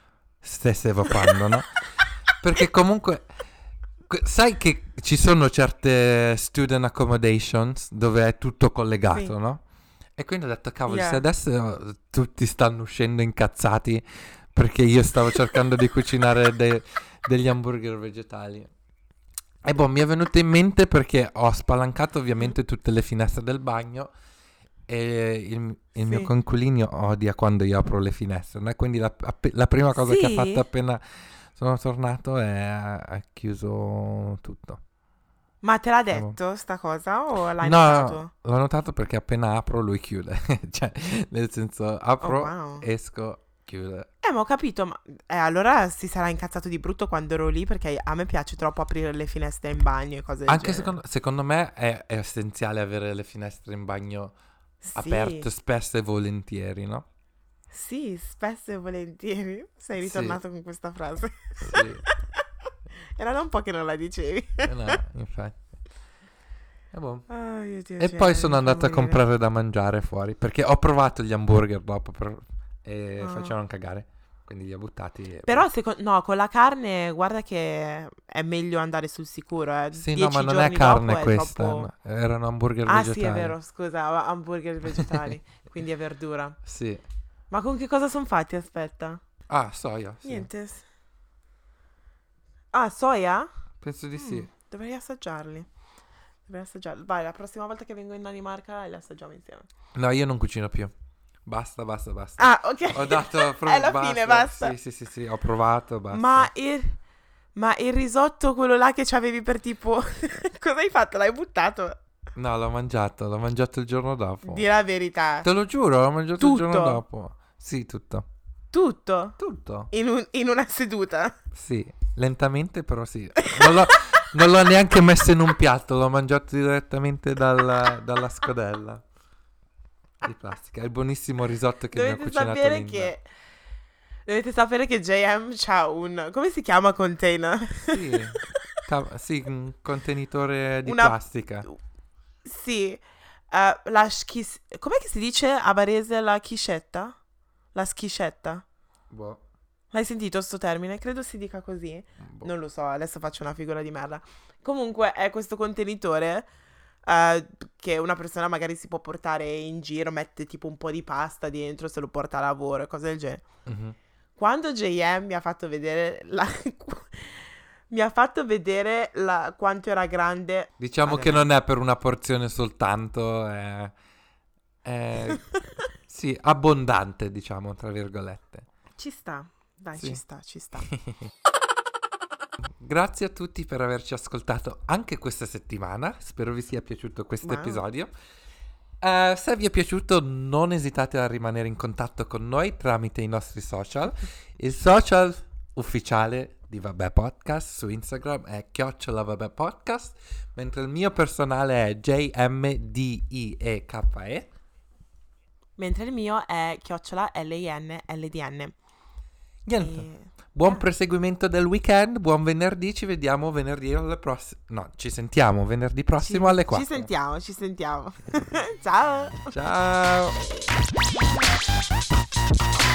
stesse evaporando, no? Perché comunque, que- sai che ci sono certe student accommodations dove è tutto collegato, Sì. no? E quindi ho detto, cavolo, Yeah. se adesso tutti stanno uscendo incazzati perché io stavo cercando di cucinare de- degli hamburger vegetali. E boh, mi è venuto in mente perché ho spalancato ovviamente tutte le finestre del bagno e il, il mio Sì. coinquilino odia quando io apro le finestre, no? E quindi la, appe- la prima cosa che ha Sì? fatto appena sono tornato è ha chiuso tutto. Ma te l'ha Siamo- detto sta cosa o l'hai No, notato? l'ho notato perché appena apro lui chiude. Cioè, nel senso, apro, Oh, wow. esco, chiude. Eh, ma ho capito, ma eh, allora si sarà incazzato di brutto quando ero lì perché a me piace troppo aprire le finestre in bagno e cose del Anche genere. secondo, secondo me è, è essenziale avere le finestre in bagno Sì, aperte spesso e volentieri, no? sì, spesso e volentieri. Sei Sì. ritornato con questa frase. Sì. Era da un po' che non la dicevi. Eh no, infatti. E, boh. Oh, Dio, Dio, E cioè, poi sono mi fa andato a morire. comprare da mangiare fuori, perché ho provato gli hamburger dopo per- e Ah. facevano cagare, quindi li ho buttati. E Però seco- no, con la carne guarda che è meglio andare sul sicuro, eh. sì, no, Dieci ma non è giorni carne dopo è questa, troppo- no, erano hamburger Ah vegetali. sì, è vero, scusa, hamburger vegetali, quindi è verdura. Sì. Ma con che cosa sono fatti? Aspetta. Ah, soia, sì. Niente. Ah, soia? Penso di sì. Mm, dovrei assaggiarli. Dovrei assaggiarli. Vai, la prossima volta che vengo in Danimarca li assaggiamo insieme. No, io non cucino più. Basta, basta, basta. Ah, ok. Ho dato pro- È la fine, basta. Sì, sì, sì, sì, ho provato, basta. Ma il, ma il risotto, quello là che c'avevi per tipo... Cosa hai fatto? L'hai buttato? No, l'ho mangiato, l'ho mangiato il giorno dopo. Di la verità. Te lo giuro, l'ho mangiato il giorno Tutto? dopo. Sì, tutto. Tutto? Tutto. In, un- in una seduta? Sì, lentamente però sì. Non l'ho, non l'ho neanche messo in un piatto, l'ho mangiato direttamente dalla, dalla scodella di plastica. È il buonissimo risotto che mi ha Dovete cucinato sapere Linda. che... Dovete sapere che J M c'ha un... Come si chiama container? Sì, ca- sì, un contenitore di Una- plastica. Sì. eh, la schis... Com'è che si dice a barese la chiscetta? La schiscetta? Boh, L'hai sentito sto termine? Credo si dica così. boh. Non lo so, adesso faccio una figura di merda. Comunque è questo contenitore eh, che una persona magari si può portare in giro, mette tipo un po' di pasta dentro, se lo porta a lavoro e cose del genere. Mhm. Quando J M mi ha fatto vedere la... mi ha fatto vedere la... quanto era grande... Diciamo Vabbè, che ma- non è per una porzione soltanto, è, è- sì, abbondante, diciamo, tra virgolette. Ci sta, dai, Sì. ci sta, ci sta. Grazie a tutti per averci ascoltato anche questa settimana. Spero vi sia piaciuto questo Wow. episodio. Eh, se vi è piaciuto, non esitate a rimanere in contatto con noi tramite i nostri social. Il social ufficiale di Vabbè Podcast su Instagram è chiocciola Vabbè Podcast, mentre il mio personale è J M D I E K E. Mentre il mio è chiocciola L I N L D N. Niente. E... Buon Ah. proseguimento del weekend, buon venerdì, ci vediamo venerdì alle prossime. No, ci sentiamo venerdì prossimo ci, alle quattro. Ci sentiamo, ci sentiamo. Ciao. Ciao.